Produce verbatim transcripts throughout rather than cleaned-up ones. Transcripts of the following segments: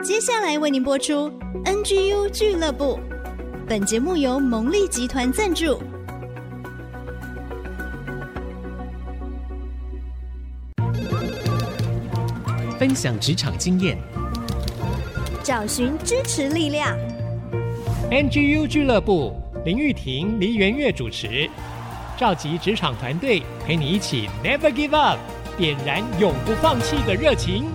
接下来为您播出 N G U 俱乐部，本节目由蒙利集团赞助。 分享职场经验， 找寻支持力量。 N G U 俱乐部，林玉婷、黎元月主持，召集职场团队陪你一起 Never Give Up， 点燃永不放弃的热情。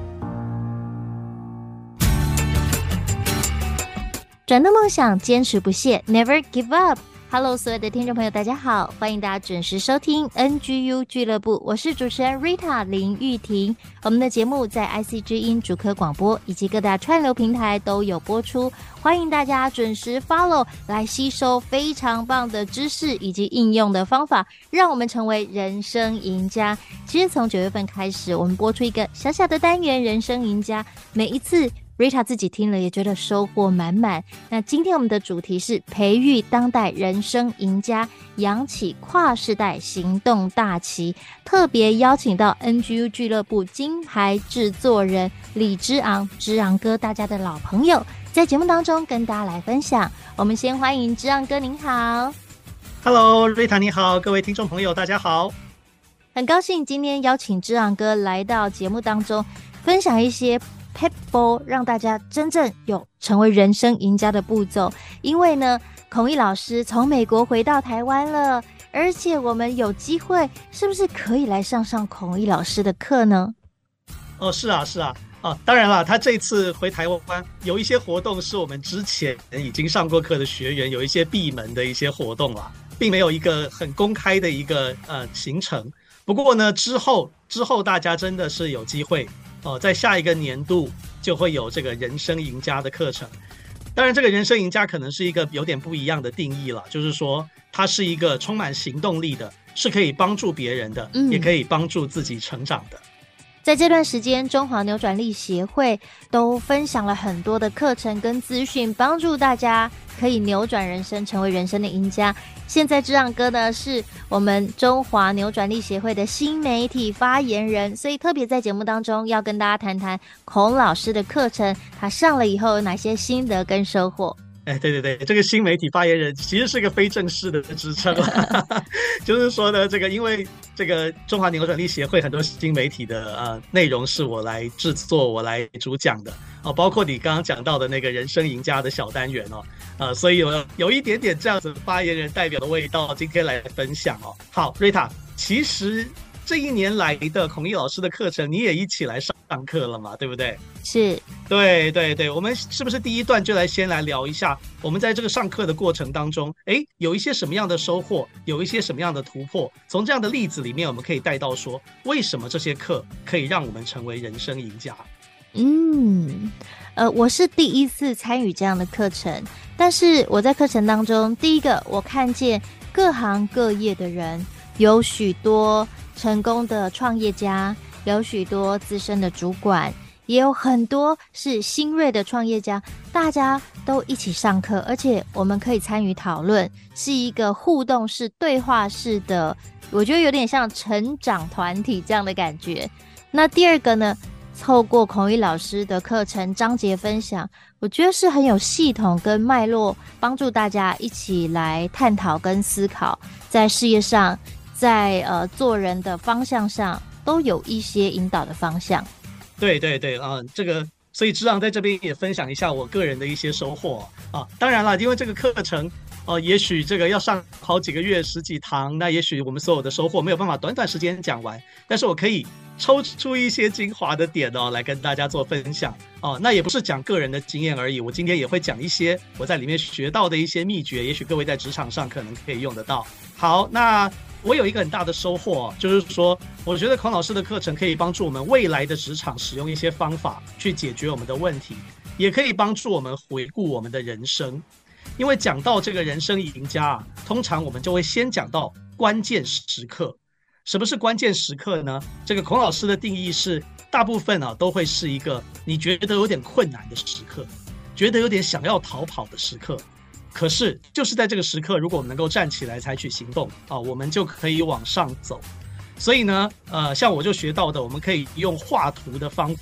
转动梦想，坚持不懈 Never Give Up。Hello， 所有的听众朋友，大家好，欢迎大家准时收听 N G U 俱乐部，我是主持人 Rita 林玉婷。我们的节目在 I C 之音主科广播以及各大串流平台都有播出，欢迎大家准时 follow 来吸收非常棒的知识以及应用的方法，让我们成为人生赢家。其实从九月份开始，我们播出一个小小的单元人生赢家，每一次Rita 自己听了也觉得收获满满。那今天我们的主题是培育当代人生赢家，扬起跨世代行动大旗，特别邀请到 N G U 俱乐部金牌制作人李之昂，之昂哥，大家的老朋友，在节目当中跟大家来分享。我们先欢迎之昂哥，您好。 Hello Rita 你好，各位听众朋友大家好。 很高兴今天邀请之昂哥来到节目当中，分享一些Pebble， 让大家真正有成为人生赢家的步骤。因为呢，孔毅老师从美国回到台湾了，而且我们有机会，是不是可以来上上孔毅老师的课呢？ 哦，是啊，是啊，啊，当然了，他这次回台湾有一些活动是我们之前已经上过课的学员有一些闭门的一些活动啦，并没有一个很公开的一个呃行程。不过呢，之后之后大家真的是有机会。哦，在下一个年度就会有这个人生赢家的课程。当然这个人生赢家可能是一个有点不一样的定义了，就是说它是一个充满行动力的，是可以帮助别人的、嗯、也可以帮助自己成长的。 在这段时间，中华扭转力协会都分享了很多的课程跟资讯，帮助大家可以扭转人生，成为人生的赢家。现在之昂哥呢，是我们中华扭转力协会的新媒体发言人，所以特别在节目当中要跟大家谈谈孔老师的课程，他上了以后有哪些心得跟收获。 哎，对对对，这个新媒体发言人其实是个非正式的职称了就是说呢，这个因为这个中华扭转力协会很多新媒体的呃内容是我来制作，我来主讲的哦，包括你刚刚讲到的那个人生赢家的小单元哦，呃，所以有有一点点这样子发言人代表的味道，今天来分享哦。好，瑞塔，其实这一年来的孔毅老师的课程，你也一起来上课了嘛，对不对？ 是， 对对对，我们是不是第一段就来先来聊一下，我们在这个上课的过程当中，哎，有一些什么样的收获，有一些什么样的突破？从这样的例子里面，我们可以带到说，为什么这些课可以让我们成为人生赢家？ 嗯，呃，我是第一次参与这样的课程，但是我在课程当中，第一个我看见各行各业的人，有许多成功的创业家，有许多资深的主管，也有很多是新锐的创业家，大家都一起上课，而且我们可以参与讨论，是一个互动式、对话式的，我觉得有点像成长团体这样的感觉。那第二个呢，透过孔毅老师的课程章节分享，我觉得是很有系统跟脉络，帮助大家一起来探讨跟思考，在事业上，在呃做人的方向上都有一些引导的方向。 对对对啊、呃，这个所以之昂在这边也分享一下我个人的一些收获啊。当然了，因为这个课程呃，也许这个要上好几个月十几堂，那也许我们所有的收获没有办法短短时间讲完，但是我可以抽出一些精华的点哦，来跟大家做分享哦。那也不是讲个人的经验而已，我今天也会讲一些我在里面学到的一些秘诀，也许各位在职场上可能可以用得到。好，那我有一个很大的收获，就是说我觉得孔老师的课程可以帮助我们未来的职场使用一些方法去解决我们的问题，也可以帮助我们回顾我们的人生。因为讲到这个人生赢家啊，通常我们就会先讲到关键时刻。什么是关键时刻呢？这个孔老师的定义是，大部分啊都会是一个你觉得有点困难的时刻，觉得有点想要逃跑的时刻。可是就是在这个时刻，如果我们能够站起来采取行动啊，我们就可以往上走。所以呢，呃，像我就学到的，我们可以用画图的方法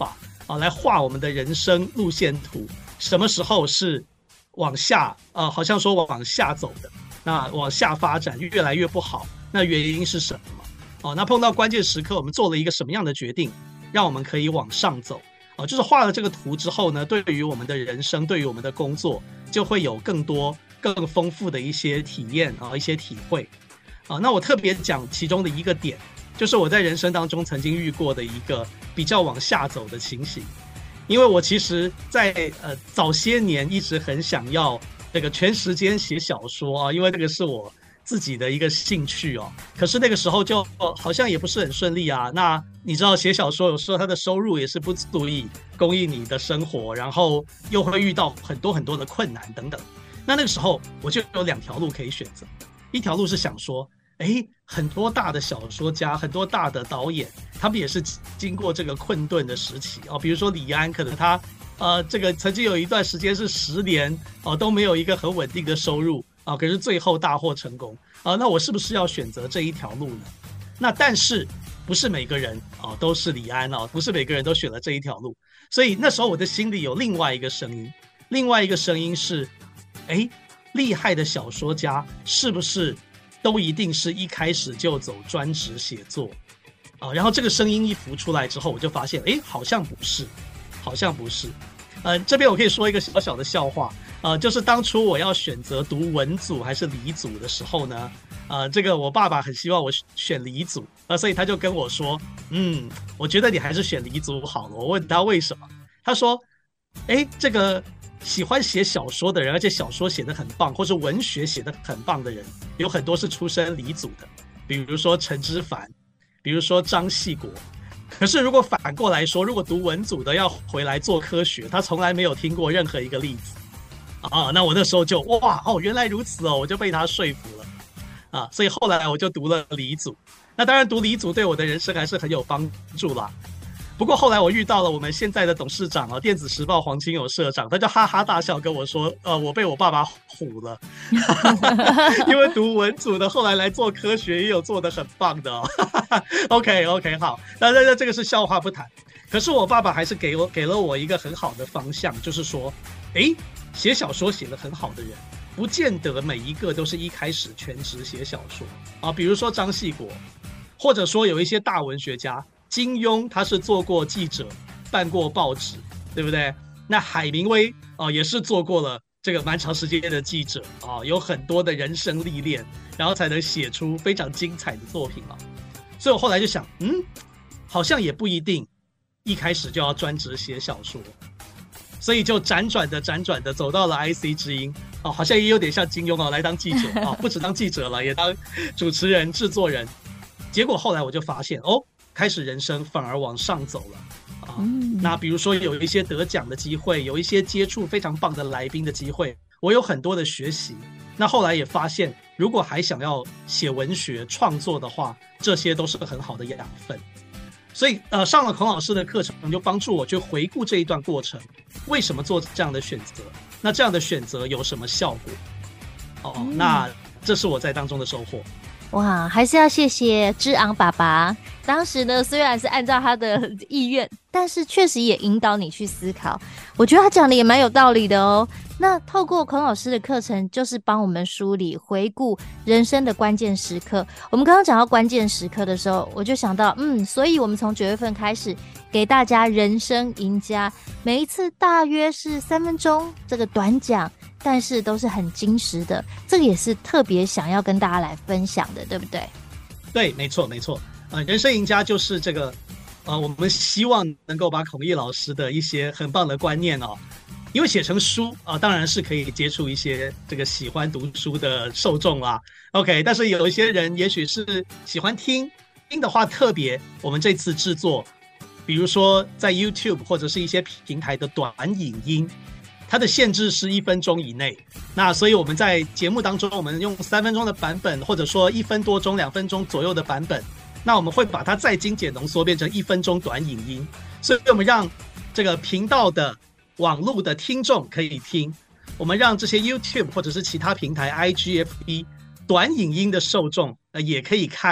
啊，来画我们的人生路线图。什么时候是往下啊，好像说往下走的，那往下发展越来越不好，那原因是什么？哦，那碰到关键时刻，我们做了一个什么样的决定，让我们可以往上走？哦，就是画了这个图之后呢，对于我们的人生，对于我们的工作，就会有更多、更丰富的一些体验啊，一些体会。啊，那我特别讲其中的一个点，就是我在人生当中曾经遇过的一个比较往下走的情形。因为我其实在呃早些年一直很想要这个全时间写小说啊，因为这个是我自己的一个兴趣哦。可是那个时候就好像也不是很顺利啊。那你知道写小说有时候它的收入也是不足以供应你的生活，然后又会遇到很多很多的困难等等。那那个时候我就有两条路可以选择，一条路是想说，哎，很多大的小说家，很多大的导演，他们也是经过这个困顿的时期哦。比如说李安，可能他呃这个曾经有一段时间是十年哦都没有一个很稳定的收入啊，可是最后大获成功啊。那我是不是要选择这一条路呢？那但是不是每个人啊都是李安哦，不是每个人都选了这一条路。所以那时候我的心里有另外一个声音，另外一个声音是，哎，厉害的小说家是不是都一定是一开始就走专职写作啊？然后这个声音一浮出来之后，我就发现，哎，好像不是，好像不是。呃，这边我可以说一个小小的笑话，呃，就是当初我要选择读文组还是理组的时候呢，呃，这个我爸爸很希望我选理组，呃，所以他就跟我说，嗯，我觉得你还是选理组好了。我问他为什么，他说，哎，这个喜欢写小说的人，而且小说写得很棒，或是文学写得很棒的人，有很多是出身理组的，比如说陈之藩，比如说张系国。可是如果反过来说，如果读文组的要回来做科学，他从来没有听过任何一个例子啊。那我那时候就哇哦，原来如此哦，我就被他说服了啊。所以后来我就读了理组。那当然读理组对我的人生还是很有帮助啦。不过后来我遇到了我们现在的董事长啊，电子时报黄清友社长，他就哈哈大笑跟我说，呃，我被我爸爸唬了，因为读文组的后来来做科学也有做得很棒的哦。OK OK 好，那那这个是笑话不谈。可是我爸爸还是给我给了我一个很好的方向，就是说，哎，写小说写得很好的人，不见得每一个都是一开始全职写小说啊。比如说张系国，或者说有一些大文学家。金庸他是做过记者，办过报纸，对不对？那海明威哦、呃、也是做过了这个蛮长时间的记者啊、呃，有很多的人生历练，然后才能写出非常精彩的作品啊。所以我后来就想，嗯，好像也不一定一开始就要专职写小说，所以就辗转的辗转的走到了 I C 之音哦，好像也有点像金庸哦，来当记者啊、哦，不止当记者了，也当主持人、制作人。结果后来我就发现哦。开始人生反而往上走了啊！嗯、那比如说有一些得奖的机会，有一些接触非常棒的来宾的机会，我有很多的学习。那后来也发现，如果还想要写文学创作的话，这些都是很好的养分。所以呃，上了孔老师的课程，就帮助我去回顾这一段过程，为什么做这样的选择？那这样的选择有什么效果？哦，嗯、那这是我在当中的收获。 哇，还是要谢谢之昂爸爸。当时呢，虽然是按照他的意愿，但是确实也引导你去思考。我觉得他讲的也蛮有道理的哦。那透过孔老师的课程，就是帮我们梳理、回顾人生的关键时刻。我们刚刚讲到关键时刻的时候，我就想到，嗯，所以我们从九月份开始给大家人生赢家，每一次大约是三分钟这个短讲。但是都是很精实的，这个也是特别想要跟大家来分享的，对不对？ 对，没错，没错。呃，人生赢家就是这个，呃，我们希望能够把孔毅老师的一些很棒的观念哦，因为写成书啊、呃，当然是可以接触一些这个喜欢读书的受众啦。OK， 但是有一些人也许是喜欢听，听的话特别，我们这次制作，比如说在 YouTube 或者是一些平台的短影音。它的限制是一分钟以内，那所以我们在节目当中，我们用三分钟的版本，或者说一分多钟、两分钟左右的版本，那我们会把它再精简浓缩，变成一分钟短影音。所以我们让这个频道的网络的听众可以听，我们让这些 YouTube 或者是其他平台 I G F B 短影音的受众呃也可以看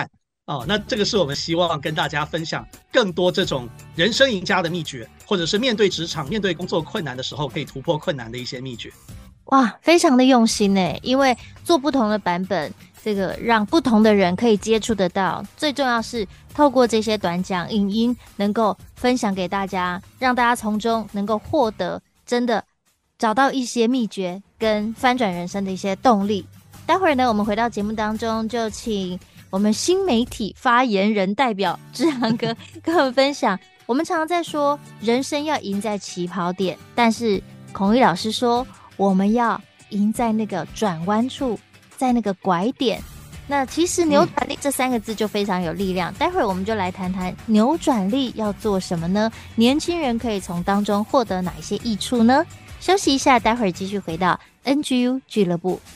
哦，那这个是我们希望跟大家分享更多这种人生赢家的秘诀，或者是面对职场、面对工作困难的时候可以突破困难的一些秘诀。 哇，非常的用心耶，因为做不同的版本，这个让不同的人可以接触得到，最重要是透过这些短讲影音能够分享给大家，让大家从中能够获得真的找到一些秘诀跟翻转人生的一些动力。待会儿呢，我们回到节目当中，就请我们新媒体发言人代表志航哥跟我们分享。我们常常在说人生要赢在起跑点，但是孔毅老师说我们要赢在那个转弯处，在那个拐点。那其实扭转力这三个字就非常有力量、嗯、待会儿我们就来谈谈扭转力要做什么呢？年轻人可以从当中获得哪一些益处呢？休息一下，待会儿继续回到 N G U 俱乐部。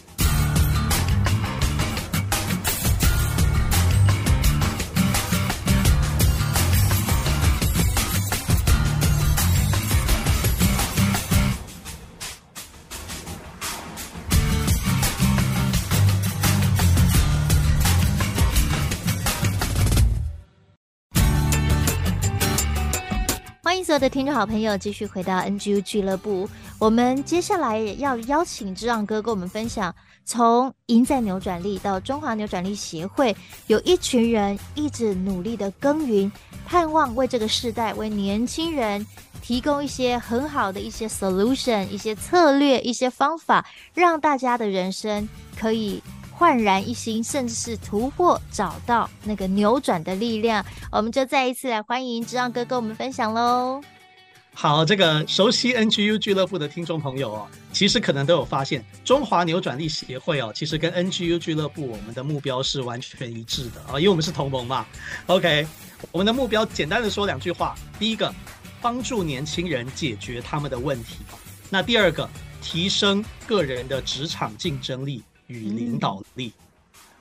欢迎所有的听众好朋友继续回到 N G U 俱乐部。我们接下来要邀请志昂哥跟我们分享，从赢在扭转力到中华扭转力协会，有一群人一直努力的耕耘，盼望为这个世代，为年轻人提供一些很好的一些 solution， 一些策略，一些方法，让大家的人生可以焕然一新，甚至是突破，找到那个扭转的力量。我们就再一次来欢迎志昂哥跟我们分享咯。 好，这个熟悉 N G U 俱乐部的听众朋友哦，其实可能都有发现，中华扭转力协会哦，其实跟 N G U 俱乐部我们的目标是完全一致的啊、哦，因为我们是同盟嘛。OK， 我们的目标简单的说两句话：第一个，帮助年轻人解决他们的问题；那第二个，提升个人的职场竞争力与领导力。嗯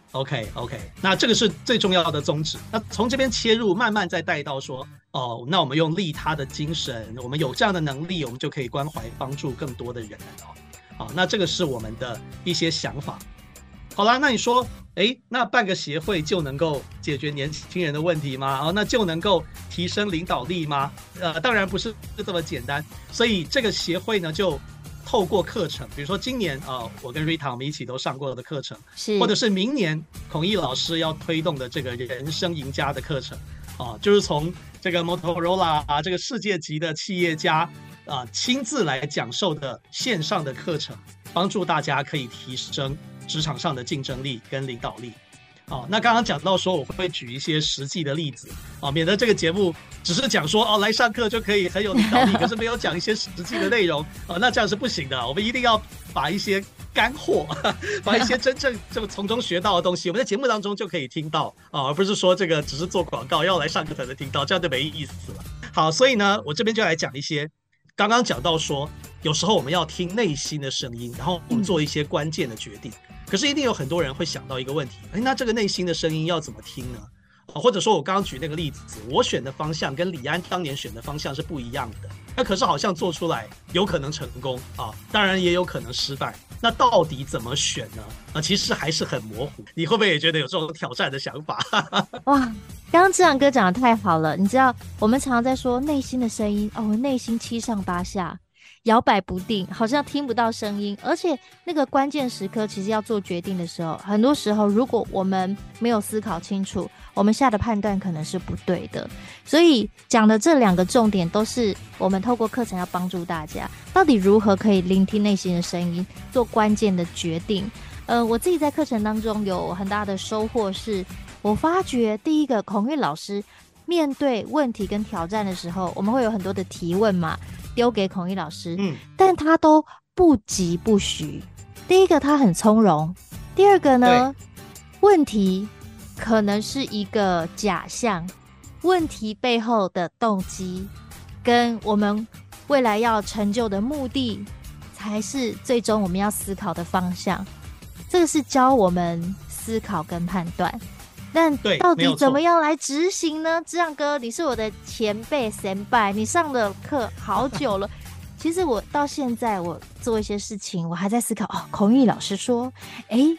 OK OK， 那这个是最重要的宗旨。那从这边切入，慢慢再带到说，哦，那我们用利他的精神，我们有这样的能力，我们就可以关怀帮助更多的人哦。好，那这个是我们的一些想法。好啦，那你说，哎，那办个协会就能够解决年轻人的问题吗？哦，那就能够提升领导力吗？呃，当然不是这么简单。所以这个协会呢，就透过课程，比如说今年啊、呃，我跟 Rita 我们一起都上过的课程，是，或者是明年孔毅老师要推动的这个人生赢家的课程啊、呃，就是从这个 Motorola 啊这个世界级的企业家啊、呃、亲自来讲授的线上的课程，帮助大家可以提升职场上的竞争力跟领导力。哦，那刚刚讲到说我会举一些实际的例子哦，免得这个节目只是讲说哦来上课就可以很有领导力，可是没有讲一些实际的内容哦，那这样是不行的。我们一定要把一些干货，把一些真正就从中学到的东西，我们在节目当中就可以听到啊、哦，而不是说这个只是做广告要来上课才能听到，这样就没意思了。好，所以呢，我这边就来讲一些刚刚讲到说，有时候我们要听内心的声音，然后我们做一些关键的决定。嗯，可是一定有很多人会想到一个问题，哎，那这个内心的声音要怎么听呢？或者说我刚刚举那个例子，我选的方向跟李安当年选的方向是不一样的，那可是好像做出来有可能成功啊，当然也有可能失败。那到底怎么选呢？啊，其实还是很模糊。你会不会也觉得有这种挑战的想法？ 哇，刚刚志昂哥讲的太好了。你知道我们常常在说内心的声音，哦，内心七上八下，摇摆不定，好像听不到声音。而且那个关键时刻其实要做决定的时候，很多时候如果我们没有思考清楚，我们下的判断可能是不对的。所以讲的这两个重点都是我们透过课程要帮助大家到底如何可以聆听内心的声音，做关键的决定。呃，我自己在课程当中有很大的收获，是我发觉第一个，孔韵老师面对问题跟挑战的时候，我们会有很多的提问嘛，丢给孔毅老师，嗯，但他都不急不徐。第一个他很从容，第二个呢，问题可能是一个假象，问题背后的动机跟我们未来要成就的目的才是最终我们要思考的方向。这个是教我们思考跟判断，但到底怎么样来执行呢？志昂哥，你是我的前辈先辈，你上的课好久了。其实我到现在我做一些事情，我还在思考哦。孔毅老师说，哎，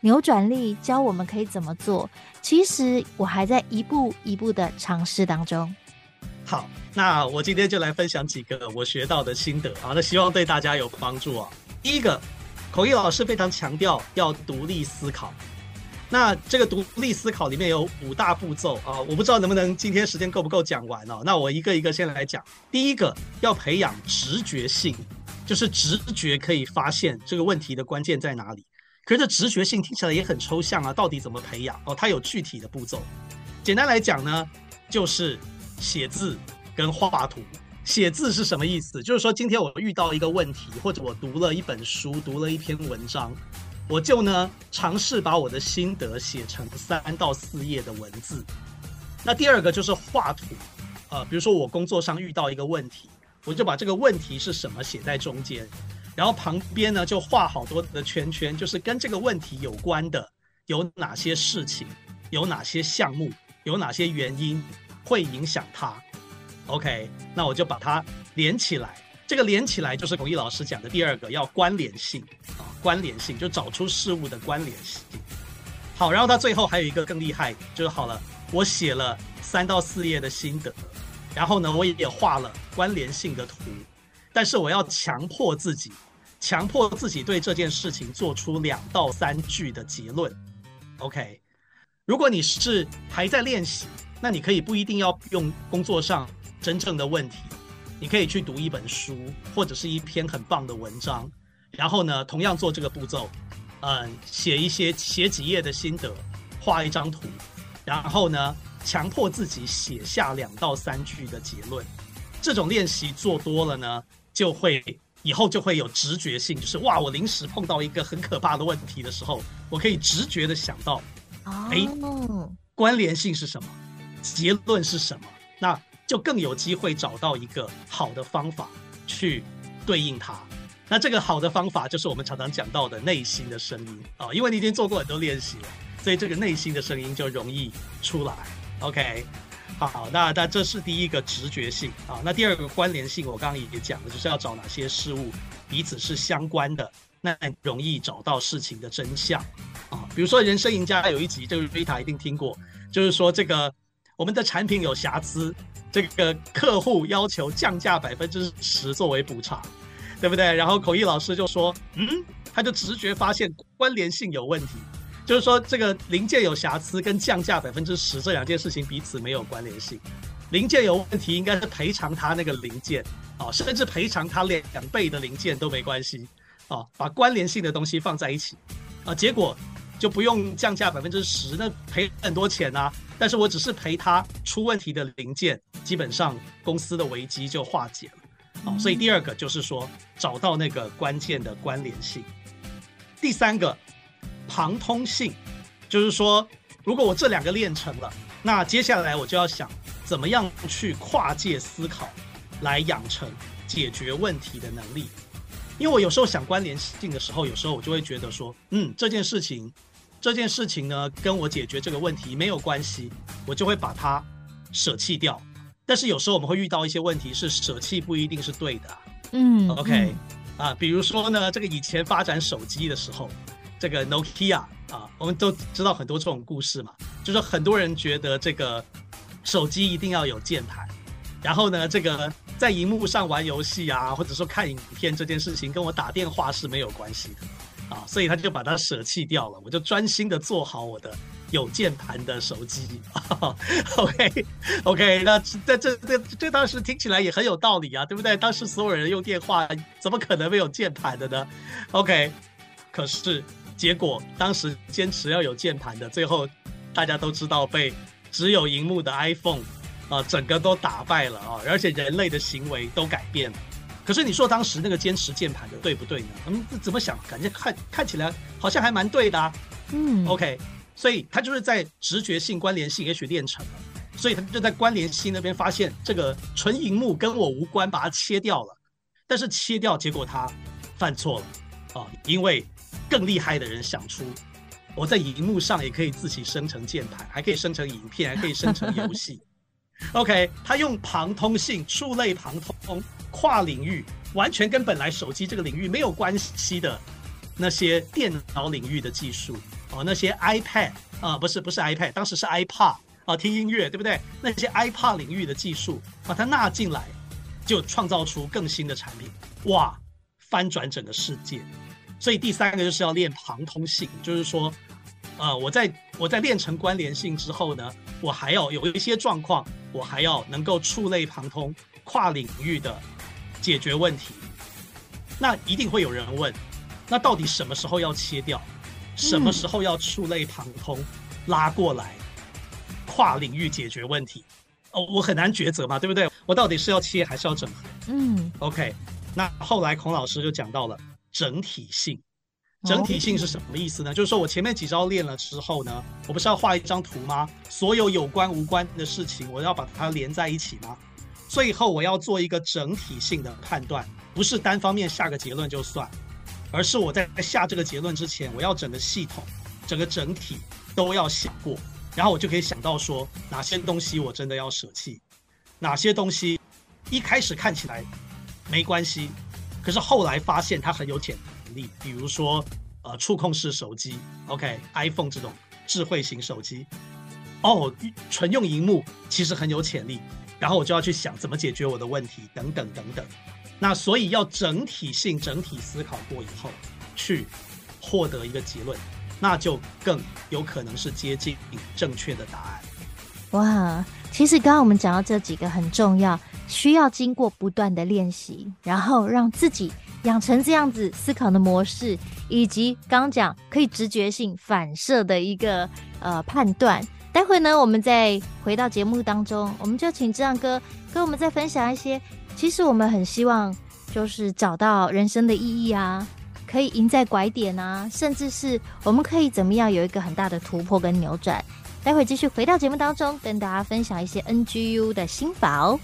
扭转力教我们可以怎么做，其实我还在一步一步的尝试当中。 好，那我今天就来分享几个我学到的心得啊，那希望对大家有帮助啊。第一个，口译老师非常强调要独立思考。那这个独立思考里面有五大步骤啊，我不知道能不能今天时间够不够讲完哦。那我一个一个先来讲。第一个，要培养直觉性，就是直觉可以发现这个问题的关键在哪里。可是这直觉性听起来也很抽象啊，到底怎么培养哦？它有具体的步骤。简单来讲呢，就是写字跟画图。写字是什么意思？就是说今天我遇到一个问题，或者我读了一本书，读了一篇文章，我就呢尝试把我的心得写成三到四页的文字。那第二个就是画图，呃，比如说我工作上遇到一个问题，我就把这个问题是什么写在中间，然后旁边呢就画好多的圈圈，就是跟这个问题有关的有哪些事情，有哪些项目，有哪些原因会影响它。OK， 那我就把它连起来。这个连起来就是口译老师讲的第二个，要关联性啊，关联性就找出事物的关联性。好，然后他最后还有一个更厉害，就是好了，我写了三到四页的心得，然后呢，我也画了关联性的图，但是我要强迫自己，强迫自己对这件事情做出两到三句的结论。OK， 如果你是还在练习，那你可以不一定要用工作上真正的问题，你可以去读一本书或者是一篇很棒的文章，然后呢同样做这个步骤，嗯，写一些写几页的心得，画一张图，然后呢强迫自己写下两到三句的结论。这种练习做多了呢，就会以后就会有直觉性，就是哇，我临时碰到一个很可怕的问题的时候，我可以直觉的想到，哎，关联性是什么，结论是什么，那就更有机会找到一个好的方法去对应它。那这个好的方法就是我们常常讲到的内心的声音啊，因为你已经做过很多练习了，所以这个内心的声音就容易出来。OK， 好，那那这是第一个直觉性啊。那第二个关联性，我刚刚也讲了，就是要找哪些事物彼此是相关的，那容易找到事情的真相啊。比如说《人生赢家》有一集，这个 Rita 一定听过，就是说这个我们的产品有瑕疵，这个客户要求降价百分之十作为补偿，对不对？然后口译老师就说，嗯，他就直觉发现关联性有问题，就是说这个零件有瑕疵跟降价百分之十这两件事情彼此没有关联性。零件有问题，应该是赔偿他那个零件啊，甚至赔偿他两倍的零件都没关系啊，把关联性的东西放在一起啊，结果就不用降价百分之十，那赔很多钱啊。但是我只是赔他出问题的零件，基本上公司的危机就化解了。哦，所以第二个就是说找到那个关键的关联性。第三个旁通性，就是说如果我这两个练成了，那接下来我就要想怎么样去跨界思考，来养成解决问题的能力。因为我有时候想关联性的时候，有时候我就会觉得说，嗯，这件事情这件事情呢跟我解决这个问题没有关系，我就会把它舍弃掉。但是有时候我们会遇到一些问题是舍弃不一定是对的、啊、嗯 OK 啊，比如说呢，这个以前发展手机的时候，这个 Nokia 啊，我们都知道很多这种故事嘛，就是很多人觉得这个手机一定要有键盘，然后呢这个在荧幕上玩游戏啊，或者说看影片这件事情跟我打电话是没有关系的啊，所以他就把它舍弃掉了，我就专心的做好我的有键盘的手机。OK OK， 那这这这这当时听起来也很有道理啊，对不对？当时所有人用电话，怎么可能没有键盘的呢 ？OK， 可是结果当时坚持要有键盘的，最后大家都知道被只有荧幕的 iPhone 啊、呃，整个都打败了啊，而且人类的行为都改变了。可是你说当时那个坚持键盘的对不对呢？嗯，怎么想？感觉看看起来好像还蛮对的啊。嗯 ，OK， 所以他就是在直觉性、关联性也许练成了，所以他就在关联性那边发现这个纯荧幕跟我无关，把它切掉了。但是切掉，结果他犯错了啊，因为更厉害的人想出，我在荧幕上也可以自己生成键盘，还可以生成影片，还可以生成游戏。OK， 他用旁通性、触类旁通、跨领域，完全跟本来手机这个领域没有关系的那些电脑领域的技术哦，那些 iPad 啊、呃，不是不是 iPad， 当时是 iPod 啊，听音乐对不对？那些 iPod 领域的技术把它纳进来，就创造出更新的产品，哇，翻转整个世界。所以第三个就是要练旁通性，就是说，呃，我在我在练成关联性之后呢，我还要有一些状况，我还要能够触类旁通，跨领域的解决问题。那一定会有人问，那到底什么时候要切掉？什么时候要触类旁通，拉过来，跨领域解决问题？哦，我很难抉择嘛，对不对？我到底是要切还是要整合？ 嗯 ，OK。那后来孔老师就讲到了整体性。整体性是什么意思呢？就是说我前面几招练了之后呢，我不是要画一张图吗？所有有关无关的事情，我要把它连在一起吗？最后我要做一个整体性的判断，不是单方面下个结论就算，而是我在下这个结论之前，我要整个系统、整个整体都要想过，然后我就可以想到说哪些东西我真的要舍弃，哪些东西一开始看起来没关系，可是后来发现它很有潜力，比如说呃触控式手机 ，OK，iPhone 这种智慧型手机，哦，纯用萤幕其实很有潜力，然后我就要去想怎么解决我的问题，等等等等。那所以要整体性、整体思考过以后，去获得一个结论，那就更有可能是接近正确的答案。 哇，其实刚刚我们讲到这几个很重要，需要经过不断的练习，然后让自己养成这样子思考的模式，以及刚刚讲可以直觉性反射的一个呃判断。待会呢，我们再回到节目当中，我们就请志昂哥跟我们再分享一些，其实我们很希望就是找到人生的意义啊，可以赢在拐点啊，甚至是我们可以怎么样有一个很大的突破跟扭转。待会继续回到节目当中，跟大家分享一些 N G U 的心法哦。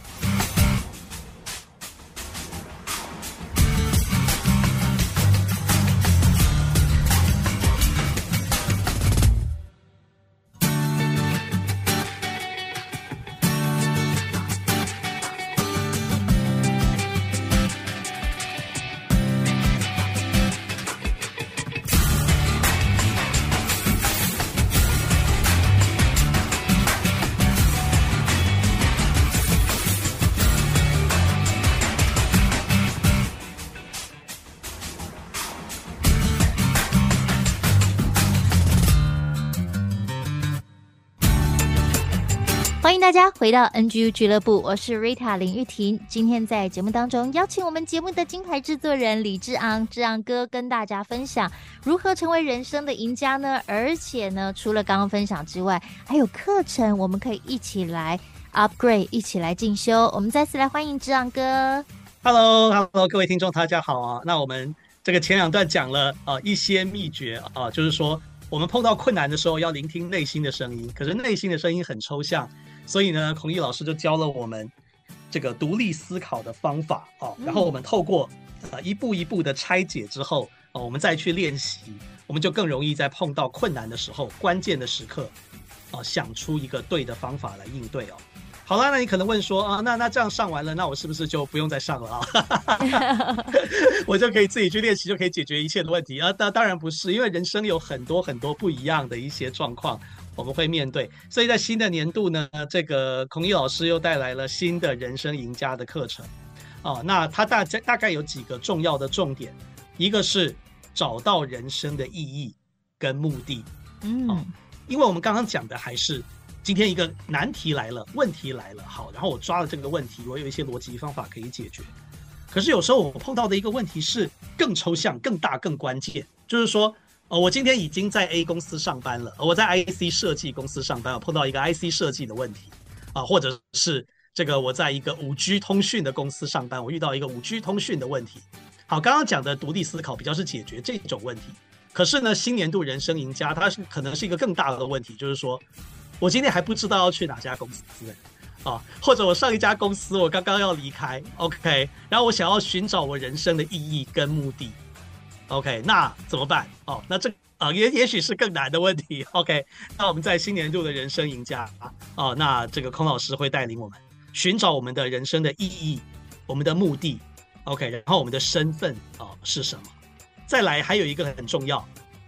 欢迎大家回到 N G U 俱乐部，我是 Rita 林玉婷。今天在节目当中邀请我们节目的金牌制作人李志昂，志昂哥跟大家分享如何成为人生的赢家呢？而且呢，除了刚刚分享之外，还有课程我们可以一起来 upgrade， 一起来进修。我们再次来欢迎志昂哥。 Hello Hello， 各位听众大家好啊。那我们这个前两段讲了呃一些秘诀啊，就是说我们碰到困难的时候要聆听内心的声音，可是内心的声音很抽象。所以呢，孔毅老师就教了我们这个独立思考的方法啊，然后我们透过呃一步一步的拆解之后，啊，我们再去练习，我们就更容易在碰到困难的时候、关键的时刻，啊，想出一个对的方法来应对哦。好了，那你可能问说啊，那那这样上完了，那我是不是就不用再上了啊？我就可以自己去练习，就可以解决一切的问题啊？那当然不是，因为人生有很多很多不一样的一些状况。我们会面对，所以在新的年度呢，这个孔毅老师又带来了新的人生赢家的课程，哦，那他大大概有几个重要的重点，一个是找到人生的意义跟目的，嗯，哦，因为我们刚刚讲的还是今天一个难题来了，问题来了，好，然后我抓了这个问题，我有一些逻辑方法可以解决。可是有时候我碰到的一个问题是更抽象、更大、更关键，就是说。哦，我今天已经在 A 公司上班了，我在 I C 设计公司上班，我碰到一个 I C 设计的问题啊，或者是这个我在一个 五 G 通讯的公司上班，我遇到一个 五 G 通讯的问题。好，刚刚讲的独立思考比较是解决这种问题，可是呢，新年度人生赢家，它是可能是一个更大的问题，就是说我今天还不知道要去哪家公司啊，或者我上一家公司我刚刚要离开 ，OK， 然后我想要寻找我人生的意义跟目的。OK， 那怎么办？哦，那这啊、呃、也也许是更难的问题。OK， 那我们在新年度的人生赢家啊、哦，那这个孔老师会带领我们寻找我们的人生的意义、我们的目的。OK， 然后我们的身份啊、哦、是什么？再来还有一个很重要，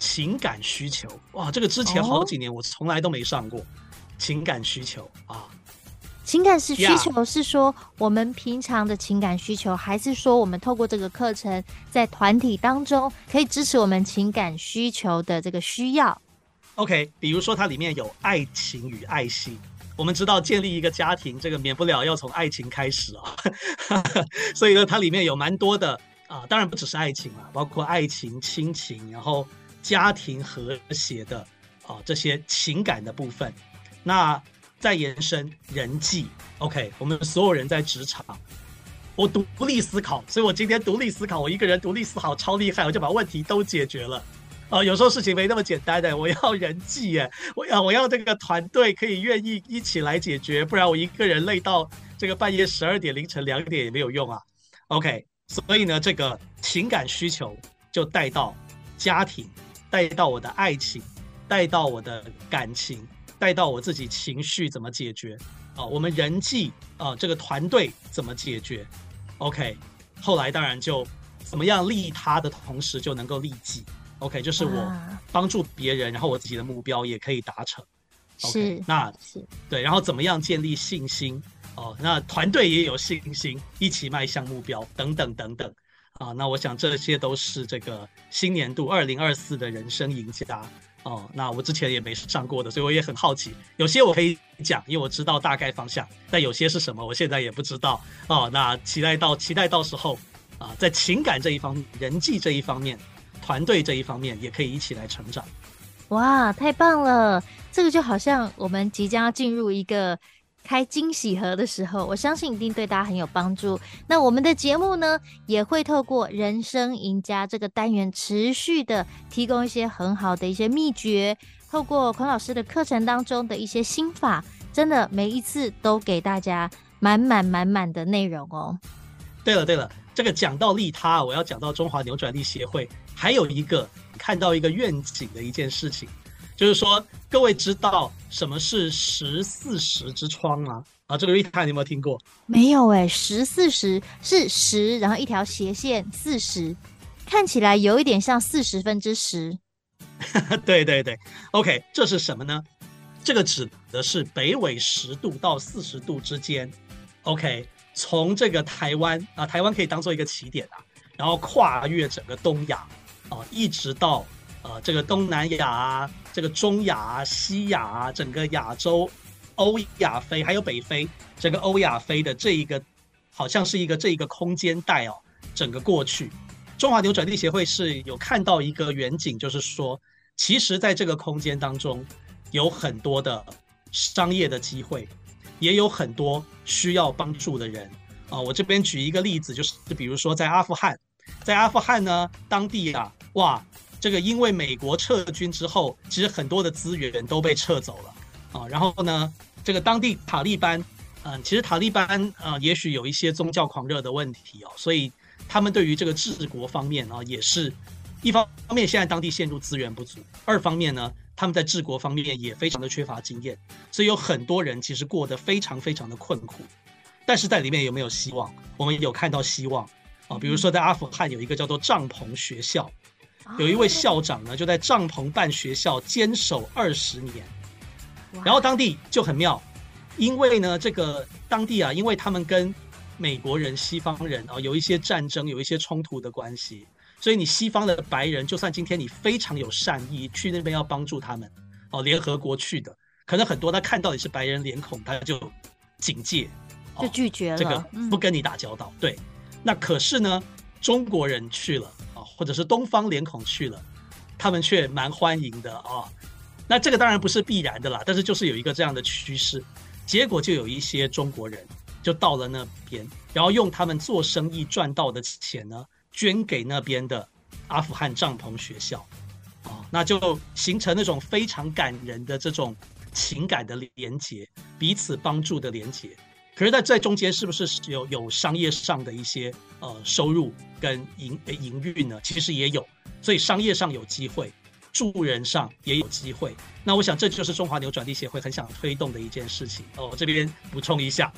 情感需求。哇，这个之前好几年我从来都没上过、哦、情感需求啊。 情感需求是说我们平常的情感需求，还是说我们透过这个课程在团体当中可以支持我们情感需求的这个需要？ OK， 比如说它里面有爱情与爱心。我们知道建立一个家庭，这个免不了要从爱情开始啊，所以呢，它里面有蛮多的啊，当然不只是爱情啦，包括爱情、亲情，然后家庭和谐的啊这些情感的部分。那再延伸人际 ，OK， 我们所有人在职场，我独立思考，所以我今天独立思考，我一个人独立思考超厉害，我就把问题都解决了。哦，有时候事情没那么简单的，我要人际耶，我要我要这个团队可以愿意一起来解决，不然我一个人累到这个半夜十二点、凌晨两点也没有用啊。OK， 所以呢，这个情感需求就带到家庭，带到我的爱情，带到我的感情，带到我自己情绪怎么解决啊？我们人际啊，这个团队怎么解决 ？OK， 后来当然就怎么样利他的同时就能够利己。OK， 就是我帮助别人，然后我自己的目标也可以达成。OK， 是，那是对，然后怎么样建立信心？哦，那团队也有信心，一起迈向目标，等等等等。啊，那我想这些都是这个新年度二零二四的人生赢家。哦，那我之前也没上过的，所以我也很好奇。有些我可以讲，因为我知道大概方向，但有些是什么，我现在也不知道。哦，那期待到期待到时候啊，在情感这一方面、人际这一方面。团队这一方面也可以一起来成长。 哇，太棒了！这个就好像我们即将要进入一个开惊喜盒的时候，我相信一定对大家很有帮助。那我们的节目呢，也会透过人生赢家这个单元持续的提供一些很好的一些秘诀，透过孔老师的课程当中的一些心法，真的每一次都给大家满满满满的内容哦。 对了对了，这个讲到利他，我要讲到中华扭转力协会。还有一个看到一个愿景的一件事情，就是说各位知道什么是十四时之窗吗？啊，这个 Rita 你有没有听过？ 没有哎、欸，十四时是十，然后一条斜线四十，看起来有一点像四十分之十。 对对对 ，OK， 这是什么呢？这个指的是北纬十度到四十度之间 ，OK， 从这个台湾啊，台湾可以当做一个起点啊，然后跨越整个东亚。啊，一直到呃这个东南亚啊，这个中亚啊、西亚啊，整个亚洲、欧亚非还有北非，整个欧亚非的这一个好像是一个这一个空间带哦，整个过去，中华扭转力协会是有看到一个远景，就是说，其实在这个空间当中有很多的商业的机会，也有很多需要帮助的人啊。我这边举一个例子，就是比如说在阿富汗。在阿富汗呢，当地啊，哇，这个因为美国撤军之后，其实很多的资源都被撤走了啊。然后呢，这个当地塔利班，嗯、呃，其实塔利班呃，也许有一些宗教狂热的问题哦，所以他们对于这个治国方面啊，也是一方面现在当地陷入资源不足，二方面呢，他们在治国方面也非常的缺乏经验，所以有很多人其实过得非常非常的困苦。但是在里面有没有希望？我们有看到希望。啊，比如说在阿富汗有一个叫做帐篷学校，有一位校长呢就在帐篷办学校坚守二十年，然后当地就很妙，因为呢这个当地啊，因为他们跟美国人、西方人啊有一些战争、有一些冲突的关系，所以你西方的白人，就算今天你非常有善意去那边要帮助他们，哦，联合国去的，可能很多他看到你是白人脸孔，他就警戒， 就拒绝了， 这个不跟你打交道，嗯、对。那可是呢，中国人去了啊，或者是东方脸孔去了，他们却蛮欢迎的啊。那这个当然不是必然的啦，但是就是有一个这样的趋势，结果就有一些中国人就到了那边，然后用他们做生意赚到的钱呢，捐给那边的阿富汗帐篷学校啊，那就形成那种非常感人的这种情感的连结，彼此帮助的连结。可是在在中间是不是有有商业上的一些呃收入跟营营运呢？其实也有，所以商业上有机会，助人上也有机会。那我想这就是中华扭转力协会很想推动的一件事情哦。我这边补充一下，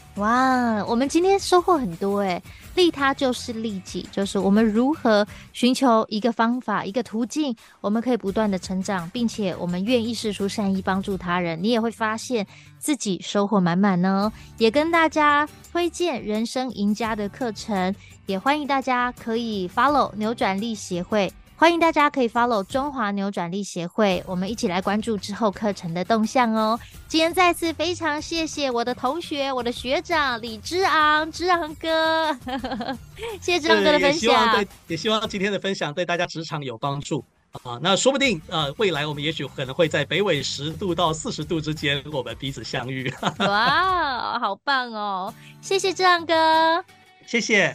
哇，我们今天收获很多诶，利他就是利己，就是我们如何寻求一个方法、一个途径，我们可以不断的成长，并且我们愿意释出善意帮助他人，你也会发现自己收获满满呢。也跟大家推荐人生赢家的课程，也欢迎大家可以 follow 扭转力协会。欢迎大家可以 follow 中华扭转力协会，我们一起来关注之后课程的动向哦。今天再次非常谢谢我的同学、我的学长李之昂，之昂哥，谢谢之昂哥的分享。也希望对， 也希望今天的分享对大家职场有帮助啊。那说不定呃，未来我们也许可能会在北纬十度到四十度之间，我们彼此相遇。 哇，好棒哦！谢谢之昂哥， 谢谢。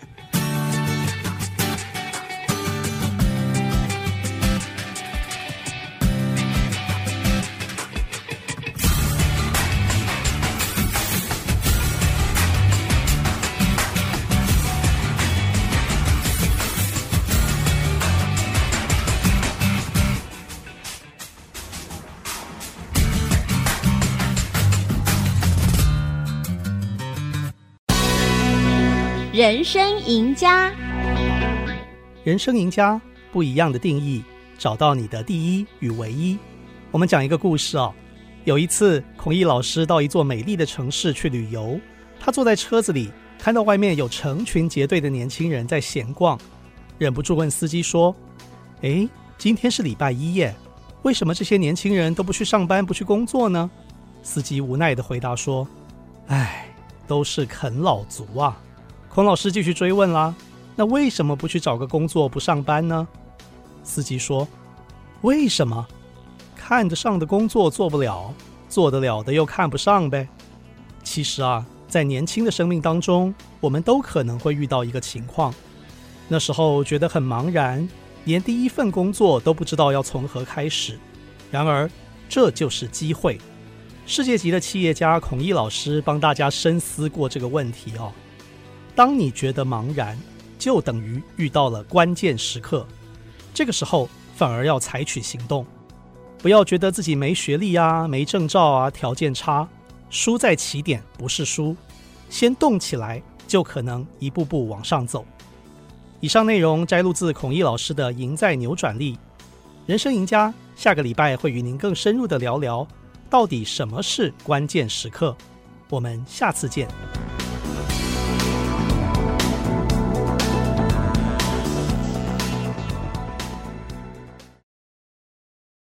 人生赢家， 人生赢家不一样的定义，找到你的第一与唯一。我们讲一个故事哦。有一次，孔毅老师到一座美丽的城市去旅游，他坐在车子里，看到外面有成群结队的年轻人在闲逛，忍不住问司机说：诶，今天是礼拜一耶，为什么这些年轻人都不去上班，不去工作呢？司机无奈地回答说：唉，都是啃老族啊。孔老师继续追问啦，那为什么不去找个工作不上班呢？司机说：为什么？看得上的工作做不了，做得了的又看不上呗。其实啊，在年轻的生命当中，我们都可能会遇到一个情况，那时候觉得很茫然，连第一份工作都不知道要从何开始。然而这就是机会。世界级的企业家孔毅老师帮大家深思过这个问题哦。当你觉得茫然，就等于遇到了关键时刻，这个时候反而要采取行动。不要觉得自己没学历啊、没证照啊、条件差，输在起点不是输，先动起来就可能一步步往上走。以上内容摘录自孔毅老师的《赢在扭转力》，人生赢家下个礼拜会与您更深入的聊聊，到底什么是关键时刻。我们下次见。